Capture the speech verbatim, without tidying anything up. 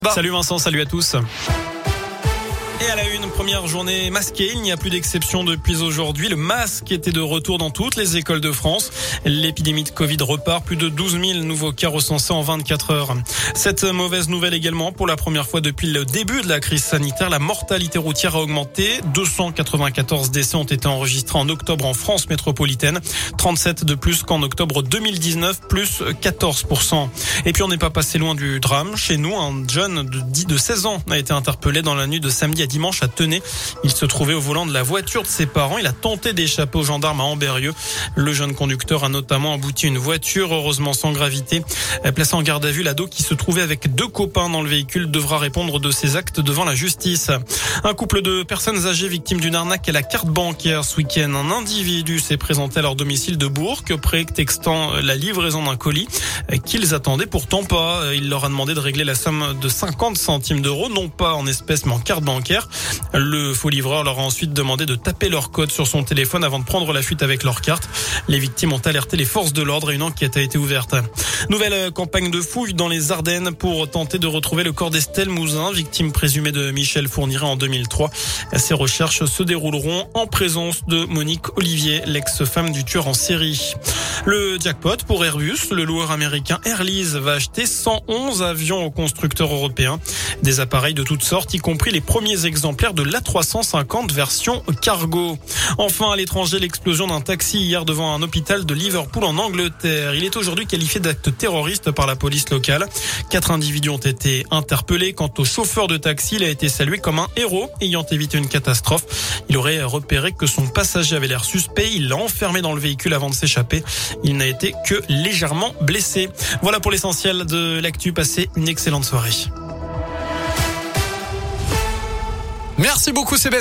Bah. Salut Vincent, salut à tous. Et à la une, première journée masquée, il n'y a plus d'exception depuis aujourd'hui. Le masque était de retour dans toutes les écoles de France. L'épidémie de Covid repart, plus de douze mille nouveaux cas recensés en vingt-quatre heures. Cette mauvaise nouvelle également, pour la première fois depuis le début de la crise sanitaire, la mortalité routière a augmenté. deux cent quatre-vingt-quatorze décès ont été enregistrés en octobre en France métropolitaine. trente-sept de plus qu'en octobre deux mille dix-neuf, plus quatorze pour cent. Et puis on n'est pas passé loin du drame. Chez nous, un jeune de dix, de seize ans a été interpellé dans la nuit de samedi à dimanche à Tenay. Il se trouvait au volant de la voiture de ses parents. Il a tenté d'échapper aux gendarmes à Ambérieu. Le jeune conducteur a notamment abouti une voiture, heureusement sans gravité. Placé en garde à vue, l'ado qui se trouvait avec deux copains dans le véhicule devra répondre de ses actes devant la justice. Un couple de personnes âgées victimes d'une arnaque à la carte bancaire ce week-end. Un individu s'est présenté à leur domicile de Bourg, prétextant la livraison d'un colis qu'ils attendaient pourtant pas. Il leur a demandé de régler la somme de cinquante centimes d'euros, non pas en espèces mais en carte bancaire. Le faux livreur leur a ensuite demandé de taper leur code sur son téléphone avant de prendre la fuite avec leur carte. Les victimes ont alerté les forces de l'ordre et une enquête a été ouverte. Nouvelle campagne de fouilles dans les Ardennes pour tenter de retrouver le corps d'Estelle Mouzin, victime présumée de Michel Fourniret en deux mille trois. Ces recherches se dérouleront en présence de Monique Olivier, l'ex-femme du tueur en série. Le jackpot pour Airbus, le loueur américain Airlease va acheter cent onze avions aux constructeurs européens. Des appareils de toutes sortes, y compris les premiers exemplaires de l'A trois cent cinquante version cargo. Enfin, à l'étranger, l'explosion d'un taxi hier devant un hôpital de Liverpool en Angleterre. Il est aujourd'hui qualifié d'acte terroriste par la police locale. Quatre individus ont été interpellés. Quant au chauffeur de taxi, il a été salué comme un héros ayant évité une catastrophe. Il aurait repéré que son passager avait l'air suspect. Il l'a enfermé dans le véhicule avant de s'échapper. Il n'a été que légèrement blessé. Voilà pour l'essentiel de l'actu. Passez une excellente soirée. Merci beaucoup Sébastien.